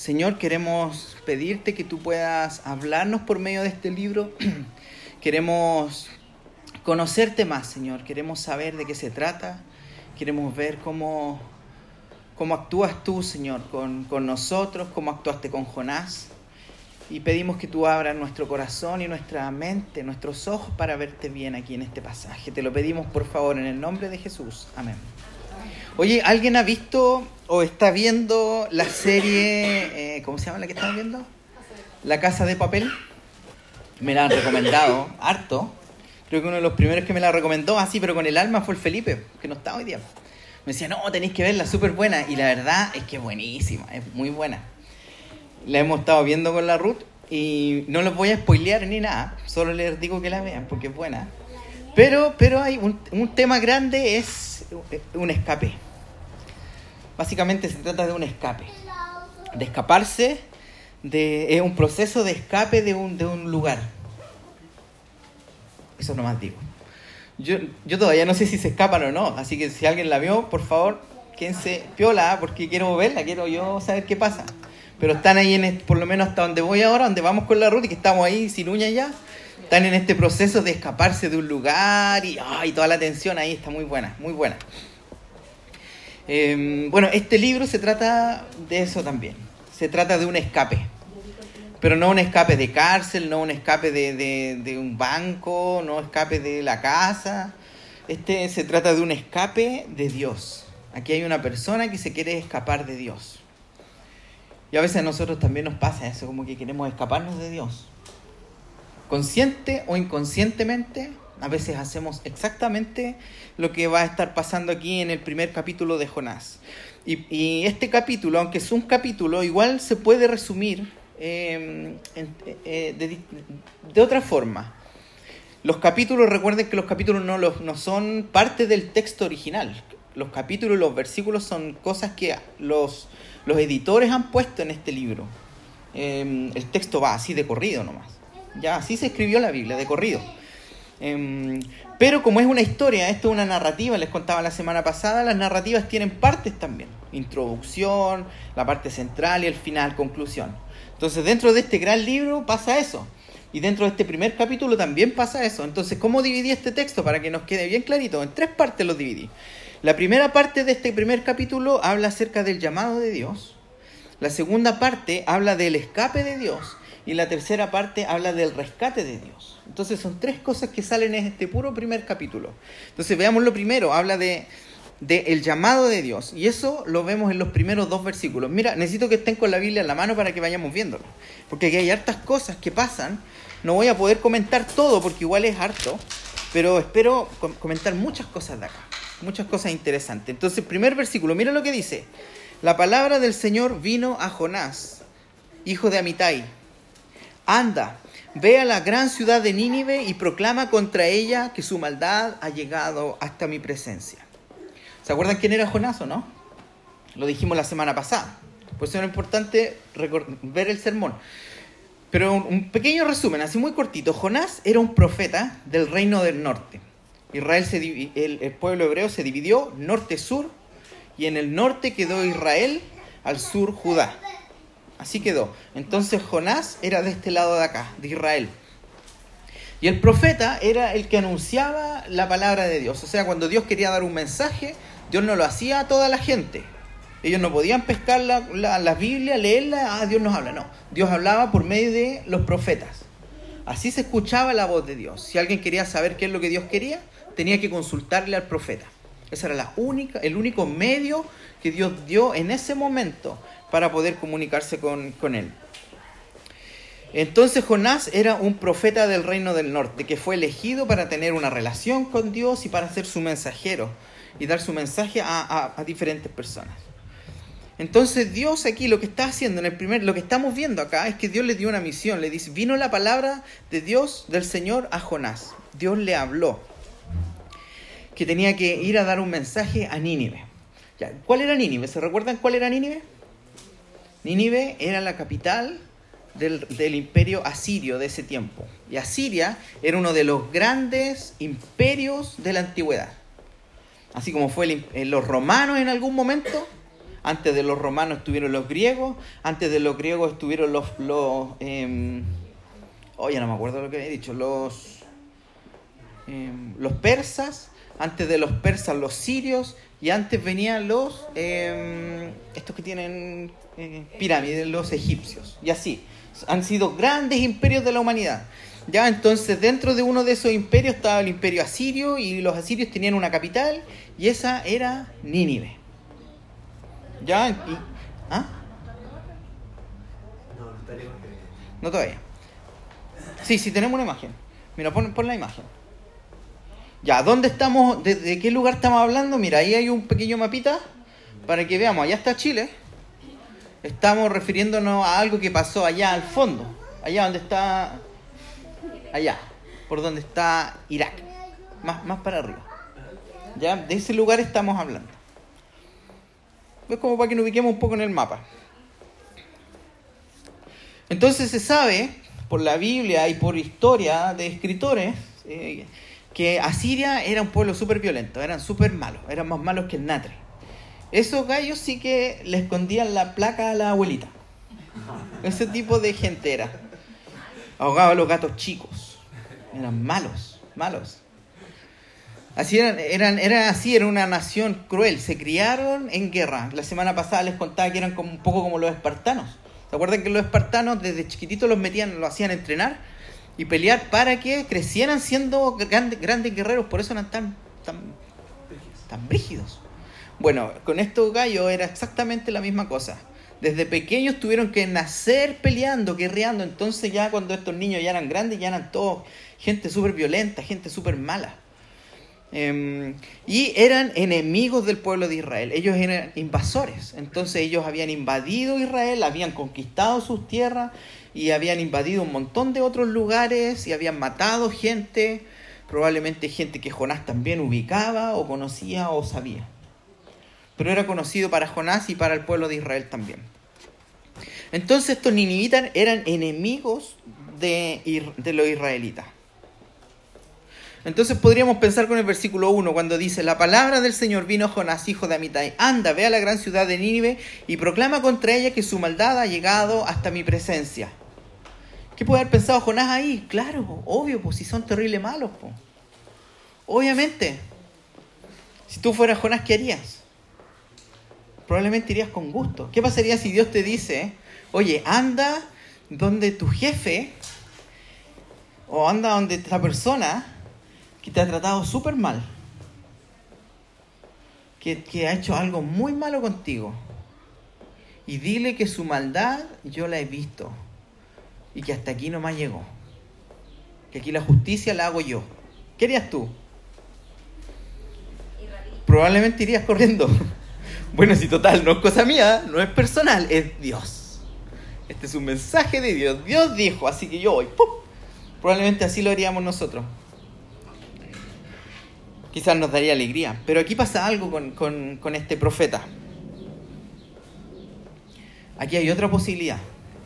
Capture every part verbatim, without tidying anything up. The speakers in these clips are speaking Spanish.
Señor, queremos pedirte que tú puedas hablarnos por medio de este libro. Queremos conocerte más, Señor. Queremos saber de qué se trata. Queremos ver cómo, cómo actúas tú, Señor, con, con nosotros, cómo actuaste con Jonás. Y pedimos que tú abras nuestro corazón y nuestra mente, nuestros ojos para verte bien aquí en este pasaje. Te lo pedimos, por favor, en el nombre de Jesús. Amén. Oye, ¿alguien ha visto o está viendo la serie, eh, ¿cómo se llama la que estamos viendo? La Casa de Papel. Me la han recomendado harto. Creo que uno de los primeros que me la recomendó así, pero con el alma, fue el Felipe, que no está hoy día. Me decía, no, tenéis que verla, súper buena. Y la verdad es que es buenísima, es muy buena. La hemos estado viendo con la Ruth y no los voy a spoilear ni nada. Solo les digo que la vean porque es buena. Pero, pero hay un, un tema grande, es un escape. Básicamente se trata de un escape. De escaparse, de, es un proceso de escape de un, de un lugar. Eso nomás digo. Yo, yo todavía no sé si se escapan o no, así que si alguien la vio, por favor, quédense piola, porque quiero verla, quiero yo saber qué pasa. Pero están ahí, en este, por lo menos hasta donde voy ahora, donde vamos con la Ruth y que estamos ahí sin uñas ya. Están en este proceso de escaparse de un lugar y, oh, y toda la tensión ahí está muy buena, muy buena. Eh, bueno, este libro se trata de eso también. Se trata de un escape. Pero no un escape de cárcel, no un escape de, de, de un banco, no un escape de la casa. Este se trata de un escape de Dios. Aquí hay una persona que se quiere escapar de Dios. Y a veces a nosotros también nos pasa eso, como que queremos escaparnos de Dios. Consciente o inconscientemente, a veces hacemos exactamente lo que va a estar pasando aquí en el primer capítulo de Jonás. Y, y este capítulo, aunque es un capítulo, igual se puede resumir eh, en, eh, de, de otra forma. Los capítulos, recuerden que los capítulos no, los, no son parte del texto original. Los capítulos y los versículos son cosas que los, los editores han puesto en este libro. Eh, el texto va así de corrido nomás. Ya, así se escribió la Biblia, de corrido. Eh, pero como es una historia, esto es una narrativa, les contaba la semana pasada, las narrativas tienen partes también. Introducción, la parte central y el final, conclusión. Entonces, dentro de este gran libro pasa eso. Y dentro de este primer capítulo también pasa eso. Entonces, ¿cómo dividí este texto? Para que nos quede bien clarito. En tres partes los dividí. La primera parte de este primer capítulo habla acerca del llamado de Dios. La segunda parte habla del escape de Dios. Y la tercera parte habla del rescate de Dios. Entonces son tres cosas que salen en este puro primer capítulo. Entonces veamos lo primero, habla de, de el llamado de Dios. Y eso lo vemos en los primeros dos versículos. Mira, necesito que estén con la Biblia en la mano para que vayamos viéndolo. Porque aquí hay hartas cosas que pasan. No voy a poder comentar todo porque igual es harto. Pero espero com- comentar muchas cosas de acá. Muchas cosas interesantes. Entonces, primer versículo, mira lo que dice. La palabra del Señor vino a Jonás, hijo de Amitai. Anda, ve a la gran ciudad de Nínive y proclama contra ella que su maldad ha llegado hasta mi presencia. ¿Se acuerdan quién era Jonás o no? Lo dijimos la semana pasada. Por eso era importante record- ver el sermón. Pero un, un pequeño resumen, así muy cortito. Jonás era un profeta del reino del norte. Israel se div- el, el pueblo hebreo se dividió norte-sur y en el norte quedó Israel, al sur Judá. Así quedó. Entonces Jonás era de este lado de acá, de Israel. Y el profeta era el que anunciaba la palabra de Dios. O sea, cuando Dios quería dar un mensaje, Dios no lo hacía a toda la gente. Ellos no podían pescar la, la, la Biblia, leerla, ah, Dios nos habla. No, Dios hablaba por medio de los profetas. Así se escuchaba la voz de Dios. Si alguien quería saber qué es lo que Dios quería, tenía que consultarle al profeta. Ese era la única, el único medio que Dios dio en ese momento para poder comunicarse con, con él. Entonces Jonás era un profeta del reino del norte que fue elegido para tener una relación con Dios y para ser su mensajero y dar su mensaje a, a, a diferentes personas. Entonces Dios aquí lo que está haciendo en el primer, lo que estamos viendo acá es que Dios le dio una misión, le dice, vino la palabra de Dios, del Señor a Jonás. Dios le habló que tenía que ir a dar un mensaje a Nínive. Ya, ¿cuál era Nínive? ¿Se recuerdan cuál era Nínive? Nínive era la capital del, del imperio asirio de ese tiempo. Y Asiria era uno de los grandes imperios de la antigüedad. Así como fue el, los romanos en algún momento, antes de los romanos estuvieron los griegos, antes de los griegos estuvieron los... los eh, oh, ya no me acuerdo lo que había dicho, los, eh, los persas, antes de los persas los sirios, y antes venían los, eh, estos que tienen eh, pirámides, los egipcios, y así. Han sido grandes imperios de la humanidad. Ya, entonces dentro de uno de esos imperios estaba el imperio asirio, y los asirios tenían una capital, y esa era Nínive. Ya, y, ¿ah? No todavía. Sí, sí tenemos una imagen. Mira, pon, pon la imagen. Ya, ¿dónde estamos? ¿De, de qué lugar estamos hablando? Mira, ahí hay un pequeño mapita para que veamos. Allá está Chile. Estamos refiriéndonos a algo que pasó allá al fondo. Allá donde está... Allá, por donde está Irak. Más, más para arriba. Ya, de ese lugar estamos hablando. Es como para que nos ubiquemos un poco en el mapa. Entonces se sabe, por la Biblia y por historia de escritores, eh, que Asiria era un pueblo súper violento, eran súper malos, eran más malos que el natre. Esos gallos sí que le escondían la placa a la abuelita. Ese tipo de gente era. Ahogaba a los gatos chicos. Eran malos, malos. Así eran, eran, eran así, era una nación cruel. Se criaron en guerra. La semana pasada les contaba que eran como, un poco como los espartanos. ¿Se acuerdan que los espartanos desde chiquititos los metían, los hacían entrenar y pelear para que crecieran siendo grandes, grandes guerreros? Por eso eran tan, tan, tan brígidos. Bueno, con estos gallos era exactamente la misma cosa. Desde pequeños tuvieron que nacer peleando, guerreando. Entonces ya cuando estos niños ya eran grandes, ya eran todos gente súper violenta, gente súper mala. Eh, y eran enemigos del pueblo de Israel. Ellos eran invasores. Entonces ellos habían invadido Israel, habían conquistado sus tierras y habían invadido un montón de otros lugares y habían matado gente, probablemente gente que Jonás también ubicaba o conocía o sabía. Pero era conocido para Jonás y para el pueblo de Israel también. Entonces estos ninivitas eran enemigos de, de los israelitas. Entonces podríamos pensar con el versículo uno, cuando dice: la palabra del Señor vino a Jonás, hijo de Amitai. Anda, ve a la gran ciudad de Nínive y proclama contra ella que su maldad ha llegado hasta mi presencia. ¿Qué puede haber pensado Jonás ahí? Claro, obvio, pues si son terribles malos, pues. Obviamente. Si tú fueras Jonás, ¿qué harías? Probablemente irías con gusto. ¿Qué pasaría si Dios te dice: oye, anda donde tu jefe, o anda donde esta persona que te ha tratado súper mal, que, que ha hecho algo muy malo contigo, y dile que su maldad yo la he visto y que hasta aquí nomás llegó, que aquí la justicia la hago yo? ¿Qué harías tú? Probablemente irías corriendo. Bueno, si total, no es cosa mía, no es personal, es Dios. Este es un mensaje de Dios. Dios dijo, así que yo voy. ¡Pum! Probablemente así lo haríamos nosotros. Quizás nos daría alegría. Pero aquí pasa algo con, con, con este profeta. Aquí hay otra posibilidad.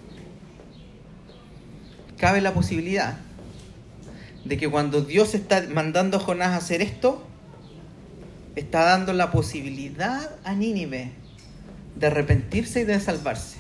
Cabe la posibilidad de que cuando Dios está mandando a Jonás a hacer esto, está dando la posibilidad a Nínive de arrepentirse y de salvarse.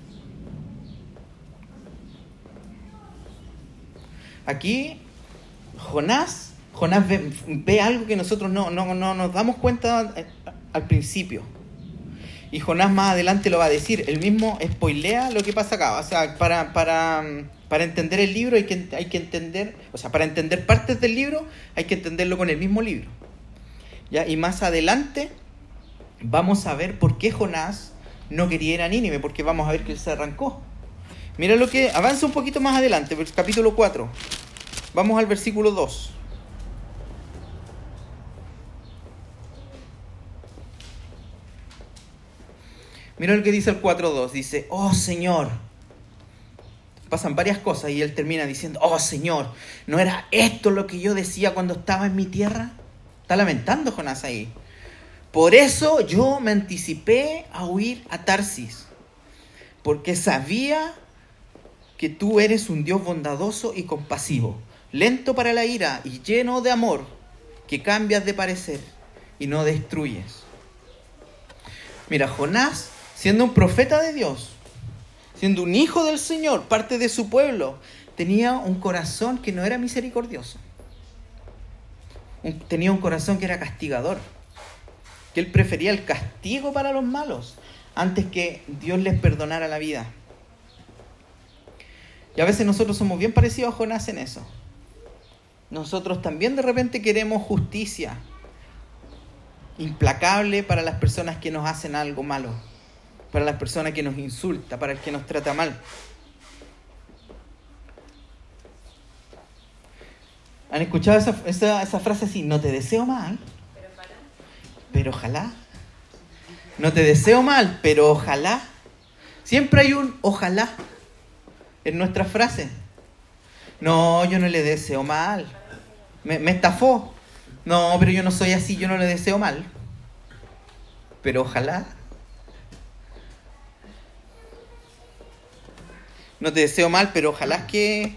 Aquí Jonás, Jonás ve, ve algo que nosotros no, no, no nos damos cuenta al principio. Y Jonás más adelante lo va a decir. Él mismo spoilea lo que pasa acá. O sea, para, para, para entender el libro hay que, hay que entender, o sea, para entender partes del libro hay que entenderlo con el mismo libro. ¿Ya? Y más adelante vamos a ver por qué Jonás no quería ir a Nínive, porque vamos a ver que él se arrancó. Mira lo que avanza un poquito más adelante, capítulo cuatro. Vamos al versículo dos. Mira lo que dice el cuatro dos. Dice: oh Señor. Pasan varias cosas y él termina diciendo: oh Señor, ¿no era esto lo que yo decía cuando estaba en mi tierra? Está lamentando Jonás ahí. Por eso yo me anticipé a huir a Tarsis, porque sabía que tú eres un Dios bondadoso y compasivo, lento para la ira y lleno de amor, que cambias de parecer y no destruyes. Mira, Jonás siendo un profeta de Dios, siendo un hijo del Señor, parte de su pueblo, tenía un corazón que no era misericordioso. Un, tenía un corazón que era castigador, que él prefería el castigo para los malos antes que Dios les perdonara la vida. Y a veces nosotros somos bien parecidos a Jonás en eso. Nosotros también de repente queremos justicia implacable para las personas que nos hacen algo malo, para las personas que nos insultan, para el que nos trata mal. ¿Han escuchado esa, esa, esa frase así? No te deseo mal, pero ojalá. No te deseo mal, pero ojalá. Siempre hay un ojalá en nuestras frases. No, yo no le deseo mal. Me, me estafó. No, pero yo no soy así, yo no le deseo mal. Pero ojalá. No te deseo mal, pero ojalá es que...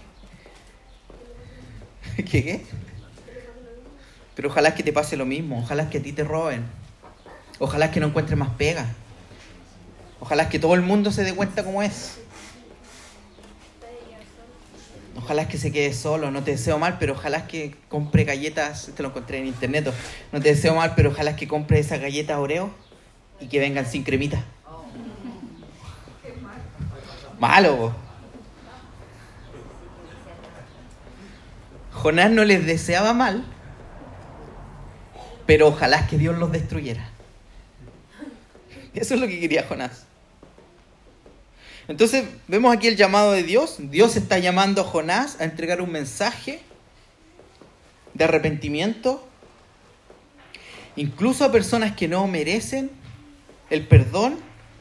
¿Qué, qué? Pero ojalá es que te pase lo mismo. Ojalá es que a ti te roben. Ojalá es que no encuentres más pega. Ojalá es que todo el mundo se dé cuenta cómo es. Ojalá es que se quede solo. No te deseo mal, pero ojalá es que compre galletas. Te lo encontré en internet. No te deseo mal, pero ojalá es que compre esas galletas Oreo y que vengan sin cremita. Malo, vos. Jonás no les deseaba mal, pero ojalá es que Dios los destruyera. Eso es lo que quería Jonás. Entonces vemos aquí el llamado de Dios. Dios está llamando a Jonás a entregar un mensaje de arrepentimiento, incluso a personas que no merecen el perdón,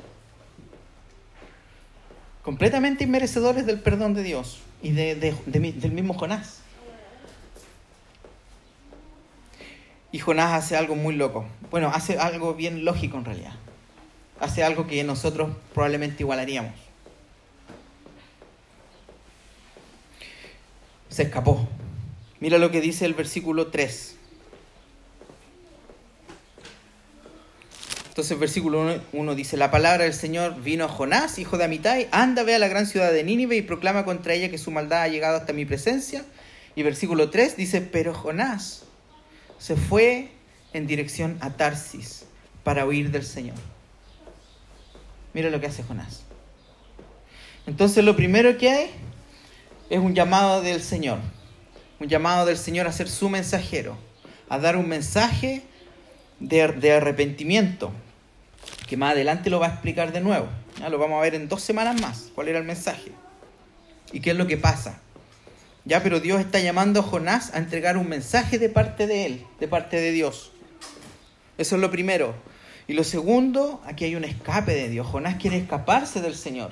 completamente inmerecedores del perdón de Dios y de, de, de, de, del mismo Jonás. Y Jonás hace algo muy loco. Bueno, hace algo bien lógico en realidad. Hace algo que nosotros probablemente igualaríamos. Se escapó. Mira lo que dice el versículo tres. Entonces el versículo uno dice: la palabra del Señor vino a Jonás, hijo de Amitai, anda, ve a la gran ciudad de Nínive y proclama contra ella que su maldad ha llegado hasta mi presencia. Y versículo tres dice: pero Jonás se fue en dirección a Tarsis para huir del Señor. Mira lo que hace Jonás. Entonces lo primero que hay es un llamado del Señor. Un llamado del Señor a ser su mensajero, a dar un mensaje de, de arrepentimiento, que más adelante lo va a explicar de nuevo. Ya lo vamos a ver en dos semanas más, cuál era el mensaje y qué es lo que pasa. Ya, pero Dios está llamando a Jonás a entregar un mensaje de parte de él, de parte de Dios. Eso es lo primero. Y lo segundo, aquí hay un escape de Dios. Jonás quiere escaparse del Señor.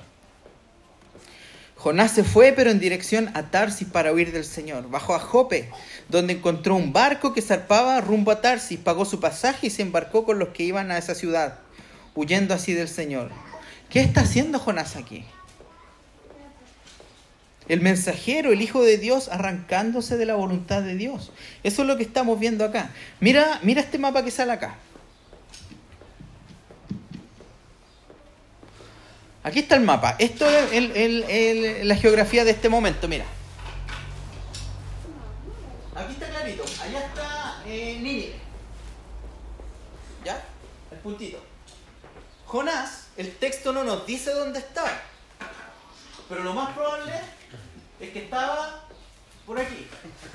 Jonás se fue, pero en dirección a Tarsis para huir del Señor. Bajó a Jope, donde encontró un barco que zarpaba rumbo a Tarsis, pagó su pasaje y se embarcó con los que iban a esa ciudad, huyendo así del Señor. ¿Qué está haciendo Jonás aquí? El mensajero, el Hijo de Dios, arrancándose de la voluntad de Dios. Eso es lo que estamos viendo acá. Mira, mira este mapa que sale acá. Aquí está el mapa. Esto es el, el, el, la geografía de este momento. Mira. Aquí está clarito. Allá está eh, Nínive. ¿Ya? El puntito. Jonás, el texto no nos dice dónde estaba. Pero lo más probable es que estaba por aquí.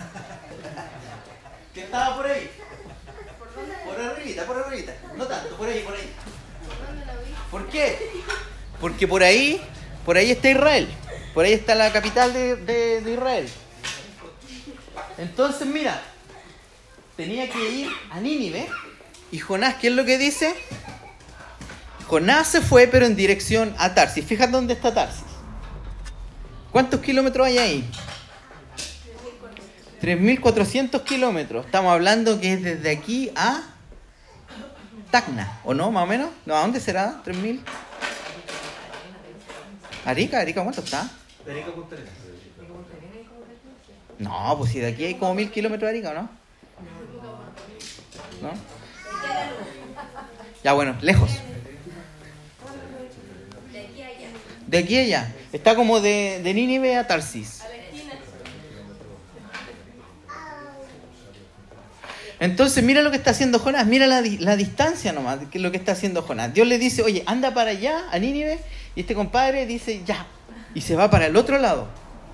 Que estaba por ahí. Por arribita, por arribita. No tanto, por ahí, por ahí. ¿Por qué? Porque por ahí, por ahí está Israel. Por ahí está la capital de, de, de Israel. Entonces, mira, tenía que ir a Nínive. Y Jonás, ¿qué es lo que dice? Jonás se fue, pero en dirección a Tarsis. Fíjate dónde está Tarsis. ¿Cuántos kilómetros hay ahí? tres mil cuatrocientos kilómetros. Estamos hablando que es desde aquí a Tacna, ¿o no? Más o menos. No, ¿a dónde será? ¿tres mil? Arica, Arica, ¿cuánto está? De Arica a Punta Arenas. No, pues si de aquí hay como mil kilómetros de Arica, ¿o no? ¿No? Ya bueno, lejos. De aquí a allá. Está como de, de Nínive a Tarsis. Entonces mira lo que está haciendo Jonás. Mira la, la distancia nomás, que es lo que está haciendo Jonás. Dios le dice, oye, anda para allá, a Nínive. Y este compadre dice, ya. Y se va para el otro lado.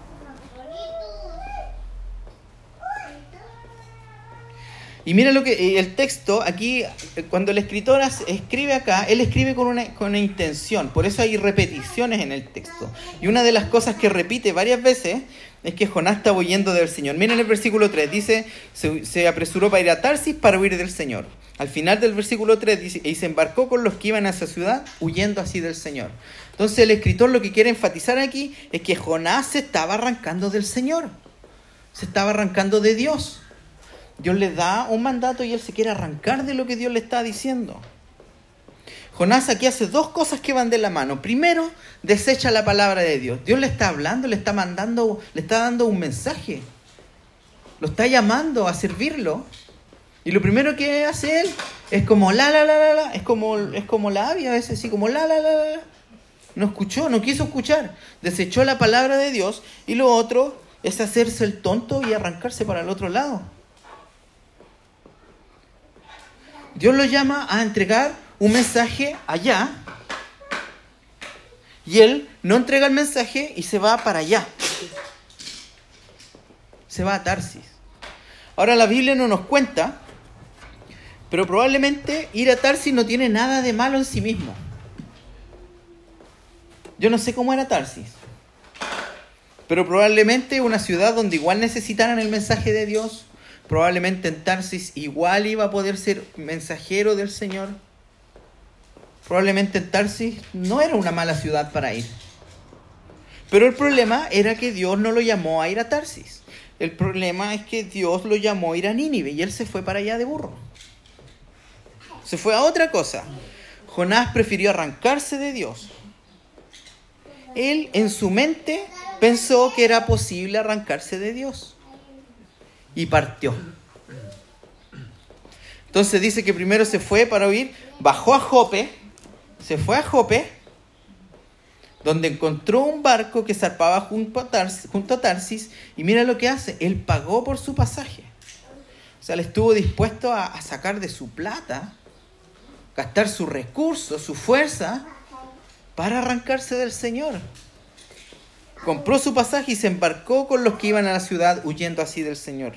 Y mira lo que el texto aquí, cuando el escritor escribe acá, él escribe con una, con una intención. Por eso hay repeticiones en el texto. Y una de las cosas que repite varias veces es que Jonás estaba huyendo del Señor. Miren el versículo tres, dice, se, se apresuró para ir a Tarsis para huir del Señor. Al final del versículo tres dice, y se embarcó con los que iban a esa ciudad, huyendo así del Señor. Entonces el escritor lo que quiere enfatizar aquí es que Jonás se estaba arrancando del Señor. Se estaba arrancando de Dios. Dios le da un mandato y él se quiere arrancar de lo que Dios le está diciendo. Jonás aquí hace dos cosas que van de la mano. Primero, desecha la palabra de Dios. Dios le está hablando, le está mandando, le está dando un mensaje. Lo está llamando a servirlo. Y lo primero que hace él es como la, la, la, la, la. Es como, es como la Abby a veces, así como la, la, la, la. No escuchó, no quiso escuchar. Desechó la palabra de Dios. Y lo otro es hacerse el tonto y arrancarse para el otro lado. Dios lo llama a entregar un mensaje allá y él no entrega el mensaje y se va para allá. Se va a Tarsis. Ahora la Biblia no nos cuenta, pero probablemente ir a Tarsis no tiene nada de malo en sí mismo. Yo no sé cómo era Tarsis, pero probablemente una ciudad donde igual necesitaran el mensaje de Dios. Probablemente en Tarsis igual iba a poder ser mensajero del Señor. Probablemente en Tarsis no era una mala ciudad para ir. Pero el problema era que Dios no lo llamó a ir a Tarsis. El problema es que Dios lo llamó a ir a Nínive y él se fue para allá de burro. Se fue a otra cosa. Jonás prefirió arrancarse de Dios. Él en su mente pensó que era posible arrancarse de Dios. Y partió. Entonces dice que primero se fue para huir, bajó a Jope, se fue a Jope, donde encontró un barco que zarpaba junto a Tarsis, junto a Tarsis y mira lo que hace, él pagó por su pasaje. O sea, él estuvo dispuesto a, a sacar de su plata, gastar sus recursos, su fuerza, para arrancarse del Señor. Compró su pasaje y se embarcó con los que iban a la ciudad huyendo así del Señor.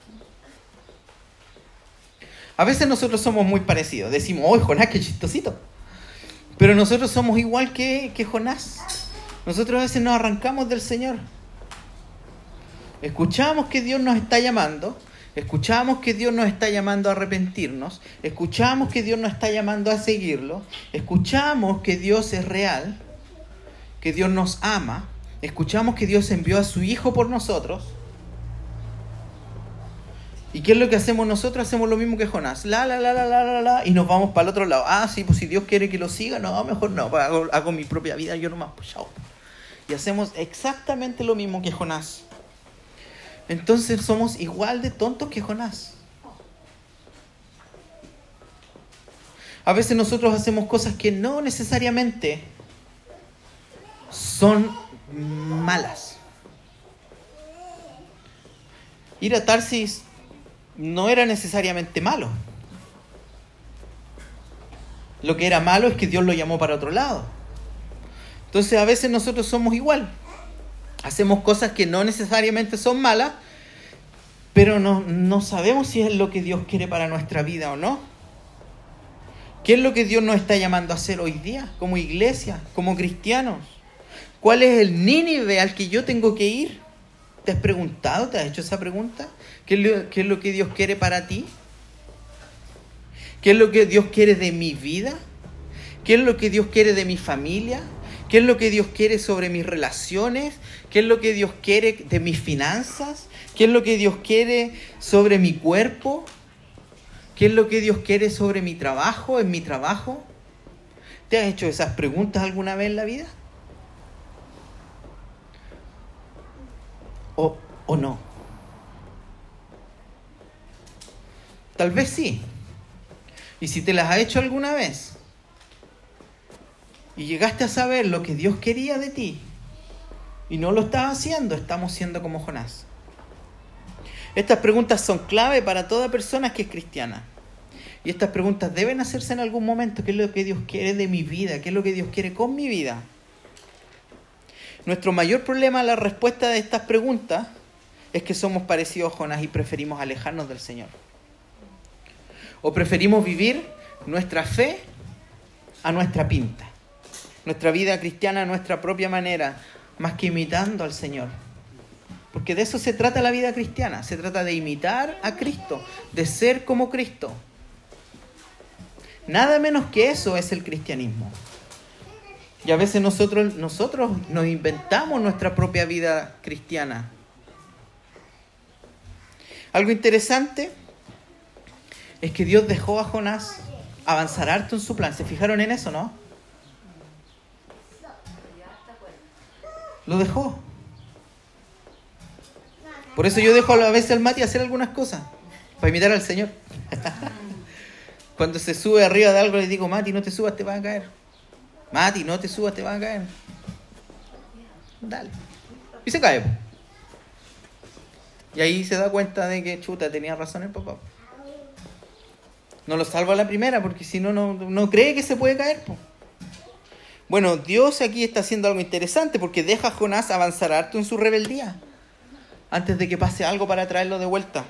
A veces nosotros somos muy parecidos. Decimos, ¡oh, Jonás, qué chistosito! Pero nosotros somos igual que, que Jonás. Nosotros a veces nos arrancamos del Señor. Escuchamos que Dios nos está llamando. Escuchamos que Dios nos está llamando a arrepentirnos. Escuchamos que Dios nos está llamando a seguirlo. Escuchamos que Dios es real. Que Dios nos ama. Escuchamos que Dios envió a su Hijo por nosotros. ¿Y qué es lo que hacemos nosotros? Hacemos lo mismo que Jonás. La, la, la, la, la, la, la, y nos vamos para el otro lado. Ah, sí, pues si Dios quiere que lo siga, no, mejor no. Hago, hago mi propia vida, yo nomás, pues chao. Y hacemos exactamente lo mismo que Jonás. Entonces somos igual de tontos que Jonás. A veces nosotros hacemos cosas que no necesariamente son malas. Ir a Tarsis no era necesariamente malo. Lo que era malo es que Dios lo llamó para otro lado. Entonces a veces nosotros somos igual. Hacemos cosas que no necesariamente son malas, pero no, no sabemos si es lo que Dios quiere para nuestra vida o no. ¿Qué es lo que Dios nos está llamando a hacer hoy día, como iglesia, como cristianos? ¿Cuál es el Nínive al que yo tengo que ir? ¿Te has preguntado? ¿Te has hecho esa pregunta? ¿Qué es lo, qué es lo que Dios quiere para ti? ¿Qué es lo que Dios quiere de mi vida? ¿Qué es lo que Dios quiere de mi familia? ¿Qué es lo que Dios quiere sobre mis relaciones? ¿Qué es lo que Dios quiere de mis finanzas? ¿Qué es lo que Dios quiere sobre mi cuerpo? ¿Qué es lo que Dios quiere sobre mi trabajo, en mi trabajo? ¿Te has hecho esas preguntas alguna vez en la vida? ¿O, o no? Tal vez sí. Y si te las has hecho alguna vez, y llegaste a saber lo que Dios quería de ti y no lo estás haciendo, estamos siendo como Jonás. Estas preguntas son clave para toda persona que es cristiana. Y estas preguntas deben hacerse en algún momento. ¿Qué es lo que Dios quiere de mi vida? ¿Qué es lo que Dios quiere con mi vida? Nuestro mayor problema a la respuesta de estas preguntas es que somos parecidos a Jonás y preferimos alejarnos del Señor. O preferimos vivir nuestra fe a nuestra pinta. Nuestra vida cristiana a nuestra propia manera, más que imitando al Señor. Porque de eso se trata la vida cristiana. Se trata de imitar a Cristo, de ser como Cristo. Nada menos que eso es el cristianismo. Y a veces nosotros, nosotros nos inventamos nuestra propia vida cristiana. Algo interesante es que Dios dejó a Jonás avanzar harto en su plan. ¿Se fijaron en eso, no? Lo dejó. Por eso yo dejo a veces al Mati hacer algunas cosas, para imitar al Señor. Cuando se sube arriba de algo le digo, Mati, no te subas, te vas a caer. Mati, no te subas, te vas a caer. Dale. Y se cae. Y ahí se da cuenta de que, chuta, tenía razón el papá. No lo salva a la primera, porque si no, no cree que se puede caer. Po. Bueno, Dios aquí está haciendo algo interesante, porque deja a Jonás avanzar harto en su rebeldía, antes de que pase algo para traerlo de vuelta.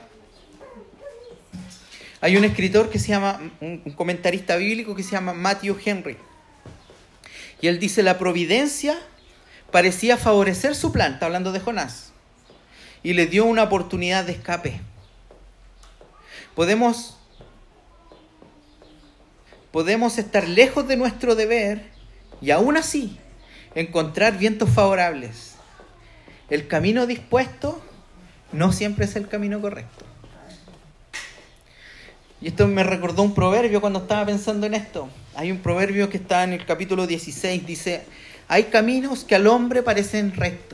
Hay un escritor que se llama, un comentarista bíblico que se llama Matthew Henry. Y él dice, la providencia parecía favorecer su plan, está hablando de Jonás, y le dio una oportunidad de escape. Podemos, podemos estar lejos de nuestro deber y aún así encontrar vientos favorables. El camino dispuesto no siempre es el camino correcto. Y esto me recordó un proverbio cuando estaba pensando en esto. Hay un proverbio que está en el capítulo dieciséis, dice, hay caminos que al hombre parecen rectos.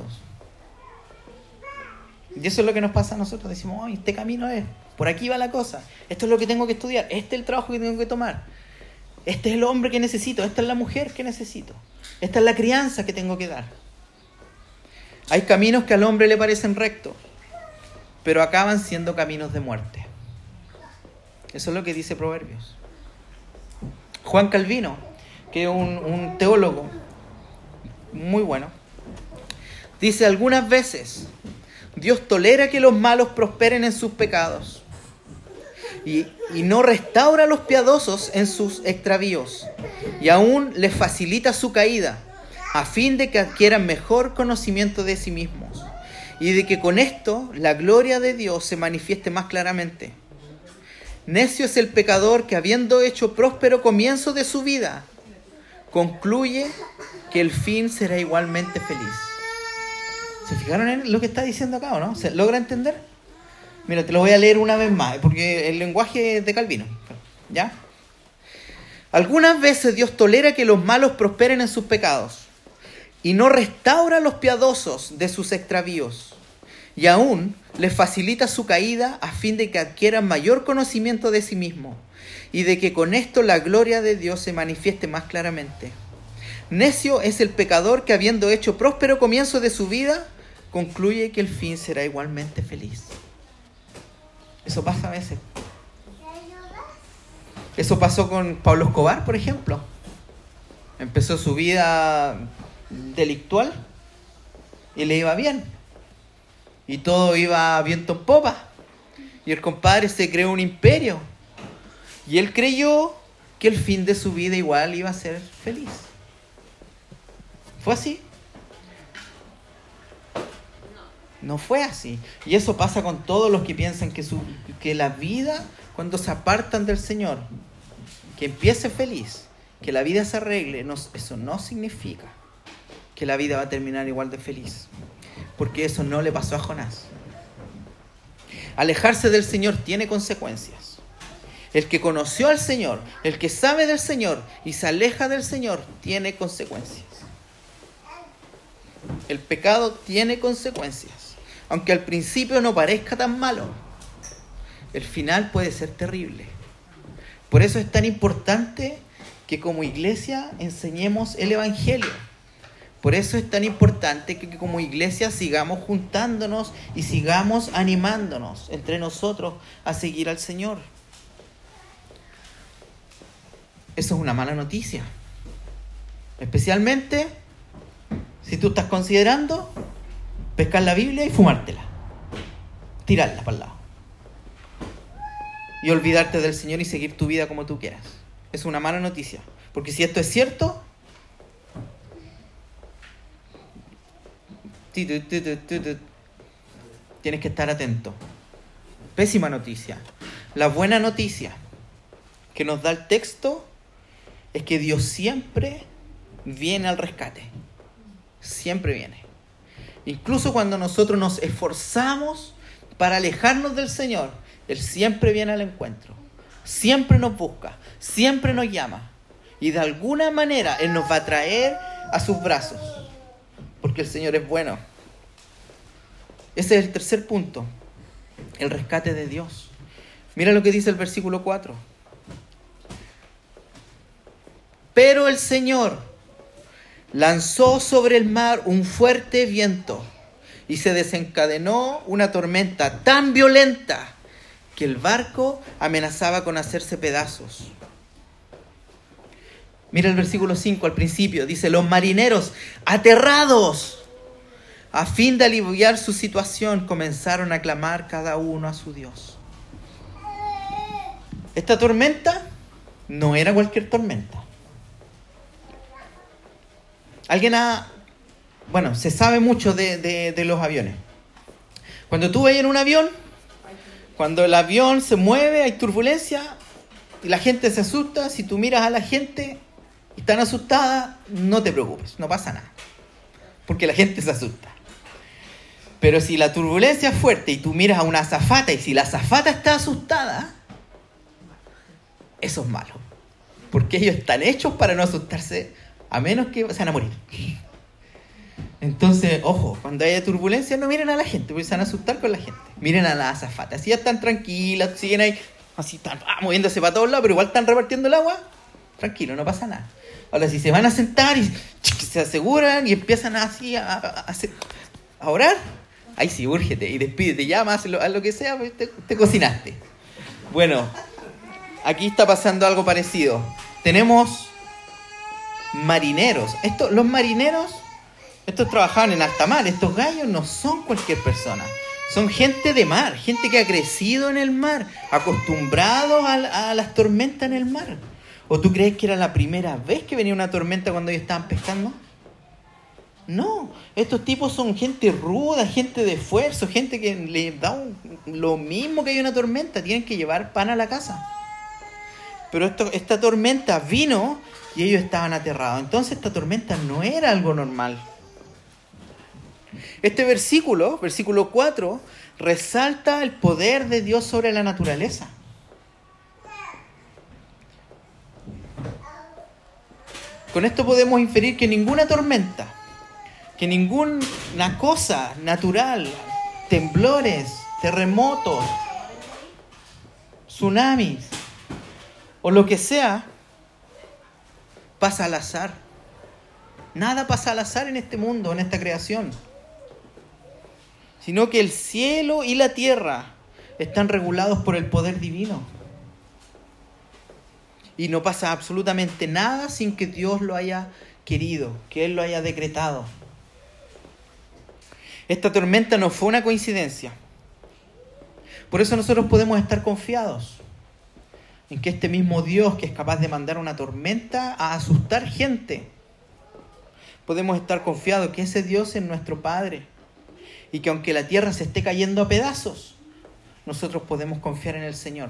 Y eso es lo que nos pasa a nosotros. Decimos, oh, este camino es, por aquí va la cosa. Esto es lo que tengo que estudiar. Este es el trabajo que tengo que tomar. Este es el hombre que necesito. Esta es la mujer que necesito. Esta es la crianza que tengo que dar. Hay caminos que al hombre le parecen rectos, pero acaban siendo caminos de muerte. Eso es lo que dice Proverbios. Juan Calvino, que es un, un teólogo muy bueno, dice, algunas veces Dios tolera que los malos prosperen en sus pecados y, y no restaura a los piadosos en sus extravíos, y aún les facilita su caída, a fin de que adquieran mejor conocimiento de sí mismos, y de que con esto la gloria de Dios se manifieste más claramente. Necio es el pecador que, habiendo hecho próspero comienzo de su vida, concluye que el fin será igualmente feliz. ¿Se fijaron en lo que está diciendo acá o no? ¿Se logra entender? Mira, te lo voy a leer una vez más, porque el lenguaje es de Calvino. ¿Ya? Algunas veces Dios tolera que los malos prosperen en sus pecados y no restaura a los piadosos de sus extravíos, y aún les facilita su caída a fin de que adquieran mayor conocimiento de sí mismos y de que con esto la gloria de Dios se manifieste más claramente. Necio es el pecador que, habiendo hecho próspero comienzo de su vida, concluye que el fin será igualmente feliz. Eso pasa a veces. Eso pasó con Pablo Escobar, por ejemplo. Empezó su vida delictual y le iba bien. Y todo iba viento en popa. Y el compadre se creó un imperio. Y él creyó que el fin de su vida igual iba a ser feliz. ¿Fue así? No fue así. Y eso pasa con todos los que piensan que, su, que la vida, cuando se apartan del Señor, que empiece feliz, que la vida se arregle, no, eso no significa que la vida va a terminar igual de feliz. Porque eso no le pasó a Jonás. Alejarse del Señor tiene consecuencias. El que conoció al Señor, el que sabe del Señor y se aleja del Señor, tiene consecuencias. El pecado tiene consecuencias. Aunque al principio no parezca tan malo, el final puede ser terrible. Por eso es tan importante que como iglesia enseñemos el Evangelio. Por eso es tan importante que, que como iglesia sigamos juntándonos y sigamos animándonos entre nosotros a seguir al Señor. Eso es una mala noticia. Especialmente si tú estás considerando pescar la Biblia y fumártela. Tirarla para el lado. Y olvidarte del Señor y seguir tu vida como tú quieras. Es una mala noticia. Porque si esto es cierto, tienes que estar atento. Pésima noticia. La buena noticia que nos da el texto es que Dios siempre viene al rescate. Siempre viene. Incluso cuando nosotros nos esforzamos para alejarnos del Señor, Él siempre viene al encuentro. Siempre nos busca. Siempre nos llama. Y de alguna manera Él nos va a traer a sus brazos. Porque el Señor es bueno. Ese es el tercer punto. El rescate de Dios. Mira lo que dice el versículo cuatro. Pero el Señor lanzó sobre el mar un fuerte viento y se desencadenó una tormenta tan violenta que el barco amenazaba con hacerse pedazos. Mira el versículo cinco al principio. Dice, los marineros, aterrados, a fin de aliviar su situación, comenzaron a clamar cada uno a su Dios. Esta tormenta no era cualquier tormenta. Alguien ha... Bueno, se sabe mucho de, de, de los aviones. Cuando tú vas en un avión, cuando el avión se mueve, hay turbulencia y la gente se asusta. Si tú miras a la gente y están asustada, no te preocupes, no pasa nada. Porque la gente se asusta. Pero si la turbulencia es fuerte y tú miras a una azafata y si la azafata está asustada, eso es malo. Porque ellos están hechos para no asustarse, a menos que se van a morir. Entonces, ojo, cuando haya turbulencia no miren a la gente, porque se van a asustar con la gente. Miren a la azafata, así ya están tranquilas, siguen ahí, así están ah, moviéndose para todos lados, pero igual están repartiendo el agua. Tranquilo, no pasa nada. Ahora, si se van a sentar y se aseguran y empiezan así a, a, a, hacer, a orar, ahí sí, úrgete y despídete, llama, haz lo, haz lo que sea, pues te, te cocinaste. Bueno, aquí está pasando algo parecido. Tenemos marineros. Esto, los marineros, estos trabajaban en alta mar. Estos gallos no son cualquier persona. Son gente de mar, gente que ha crecido en el mar, acostumbrados a, a las tormentas en el mar. ¿O tú crees que era la primera vez que venía una tormenta cuando ellos estaban pescando? No, estos tipos son gente ruda, gente de esfuerzo, gente que les da un, lo mismo que hay una tormenta, tienen que llevar pan a la casa. Pero esto, esta tormenta vino y ellos estaban aterrados. Entonces esta tormenta no era algo normal. Este versículo, versículo cuatro, resalta el poder de Dios sobre la naturaleza. Con esto podemos inferir que ninguna tormenta, que ninguna cosa natural, temblores, terremotos, tsunamis o lo que sea, pasa al azar. Nada pasa al azar en este mundo, en esta creación. Sino que el cielo y la tierra están regulados por el poder divino. Y no pasa absolutamente nada sin que Dios lo haya querido, que Él lo haya decretado. Esta tormenta no fue una coincidencia. Por eso nosotros podemos estar confiados en que este mismo Dios que es capaz de mandar una tormenta a asustar gente, podemos estar confiados que ese Dios es nuestro Padre y que aunque la tierra se esté cayendo a pedazos, nosotros podemos confiar en el Señor.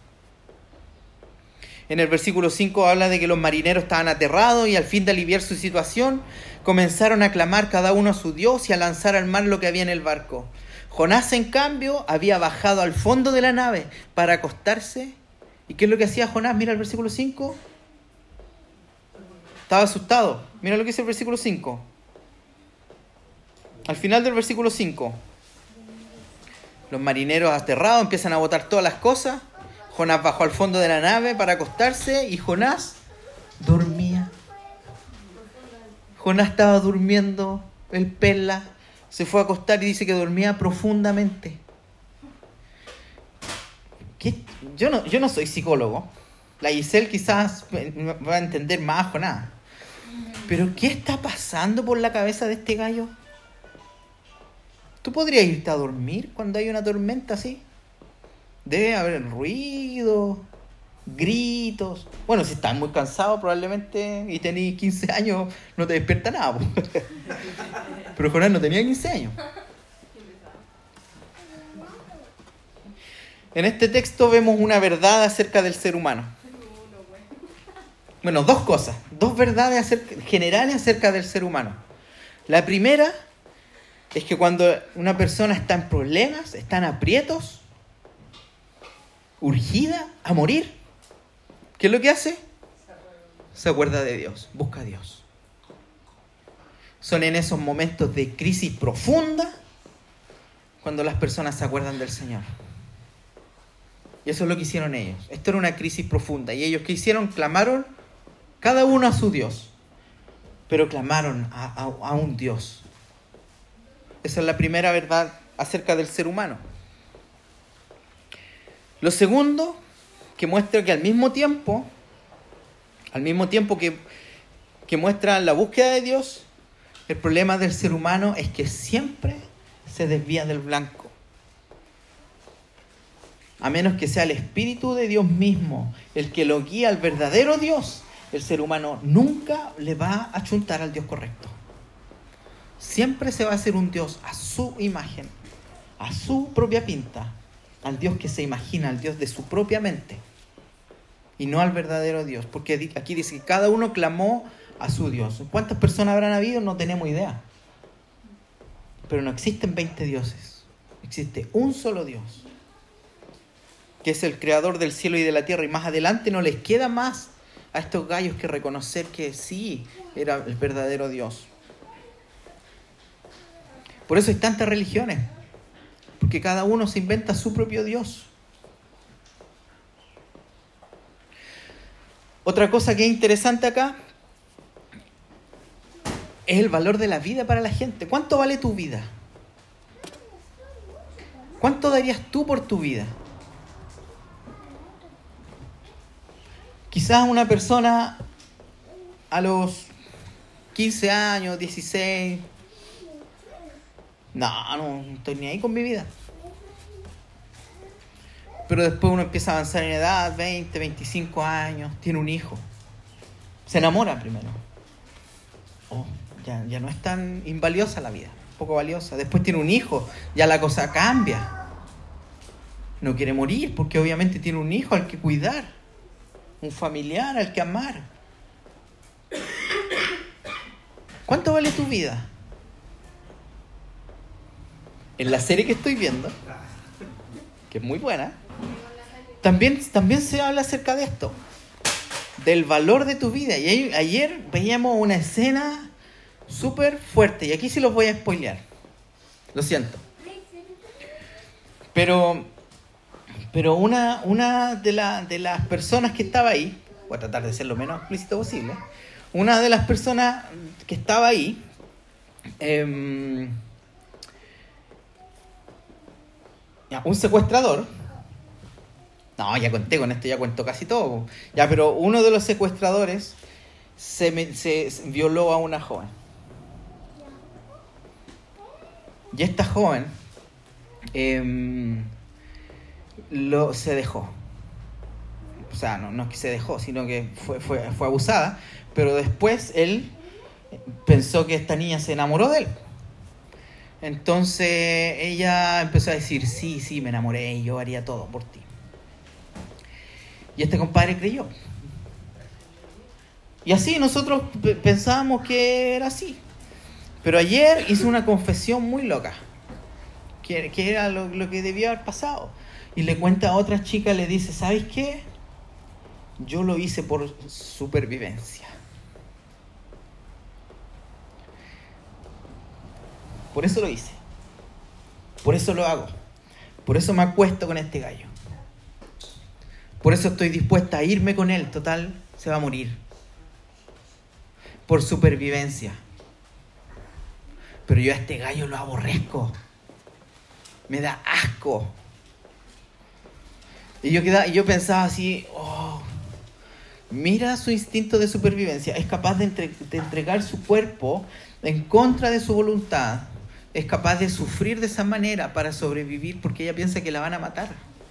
En el versículo cinco habla de que los marineros estaban aterrados y al fin de aliviar su situación, comenzaron a clamar cada uno a su Dios y a lanzar al mar lo que había en el barco. Jonás, en cambio, había bajado al fondo de la nave para acostarse. ¿Y qué es lo que hacía Jonás? Mira el versículo cinco. Estaba asustado. Mira lo que dice el versículo cinco. Al final del versículo cinco. Los marineros aterrados empiezan a botar todas las cosas. Jonás bajó al fondo de la nave para acostarse y Jonás Jonás estaba durmiendo, el Perla se fue a acostar y dice que dormía profundamente. ¿Qué? Yo no, yo no soy psicólogo. La Giselle quizás va a entender más o nada. Pero ¿qué está pasando por la cabeza de este gallo? ¿Tú podrías irte a dormir cuando hay una tormenta así? Debe haber ruido, gritos. Bueno, si estás muy cansado probablemente y tenés quince años, no te despierta nada. Pero Jonás no tenía quince años. En este texto vemos una verdad acerca del ser humano. Bueno, dos cosas, dos verdades acerca, generales acerca del ser humano. La primera es que cuando una persona está en problemas, está en aprietos, urgida a morir, ¿qué es lo que hace? Se acuerda de Dios, busca a Dios. Son en esos momentos de crisis profunda cuando las personas se acuerdan del Señor. Y eso es lo que hicieron ellos. Esto era una crisis profunda. Y ellos, ¿qué hicieron? Clamaron cada uno a su Dios. Pero clamaron a, a, a un Dios. Esa es la primera verdad acerca del ser humano. Lo segundo, que muestra que al mismo tiempo, al mismo tiempo que, que muestra la búsqueda de Dios, el problema del ser humano es que siempre se desvía del blanco. A menos que sea el Espíritu de Dios mismo el que lo guía al verdadero Dios, el ser humano nunca le va a achuntar al Dios correcto. Siempre se va a hacer un Dios a su imagen, a su propia pinta, al Dios que se imagina, al Dios de su propia mente, y no al verdadero Dios. Porque aquí dice que cada uno clamó a su Dios. ¿Cuántas personas habrán habido? No tenemos idea. Pero no existen veinte dioses. Existe un solo Dios, que es el creador del cielo y de la tierra. Y más adelante no les queda más a estos gallos que reconocer que sí era el verdadero Dios. Por eso hay tantas religiones, porque cada uno se inventa su propio Dios. Otra cosa que es interesante acá es el valor de la vida para la gente. ¿Cuánto vale tu vida? ¿Cuánto darías tú por tu vida? Quizás una persona a los quince años, dieciséis, no, no estoy ni ahí con mi vida. Pero después uno empieza a avanzar en edad, veinte, veinticinco años, tiene un hijo. Se enamora primero. Oh, ya, ya no es tan invaliosa la vida, poco valiosa. Después tiene un hijo, ya la cosa cambia. No quiere morir porque obviamente tiene un hijo al que cuidar, un familiar al que amar. ¿Cuánto vale tu vida? En la serie que estoy viendo, que es muy buena, también, también se habla acerca de esto, del valor de tu vida. Y ayer veíamos una escena súper fuerte, y aquí sí los voy a spoilear, lo siento. Pero, pero una, una de, la, de las personas que estaba ahí, voy a tratar de ser lo menos explícito posible, una de las personas que estaba ahí, eh, ya, un secuestrador, no, ya conté con esto, ya cuento casi todo, ya, pero uno de los secuestradores se, me, se, se violó a una joven. Y esta joven eh, lo, se dejó. O sea, no, no es que se dejó, sino que fue, fue, fue abusada. Pero después él pensó que esta niña se enamoró de él. Entonces ella empezó a decir, sí, sí, me enamoré y yo haría todo por ti. Y este compadre creyó. Y así nosotros p- pensábamos que era así. Pero ayer hizo una confesión muy loca, que, que era lo, lo que debió haber pasado. Y le cuenta a otra chica, le dice, ¿sabes qué? Yo lo hice por supervivencia. Por eso lo hice. Por eso lo hago. Por eso me acuesto con este gallo. Por eso estoy dispuesta a irme con él. Total, se va a morir. Por supervivencia. pero yo a este gallo lo aborrezco. Me da asco. Y yo, quedaba, y yo pensaba así, oh, mira su instinto de supervivencia. Es capaz de, entre, de entregar su cuerpo en contra de su voluntad. Es capaz de sufrir de esa manera para sobrevivir porque ella piensa que la van a matar.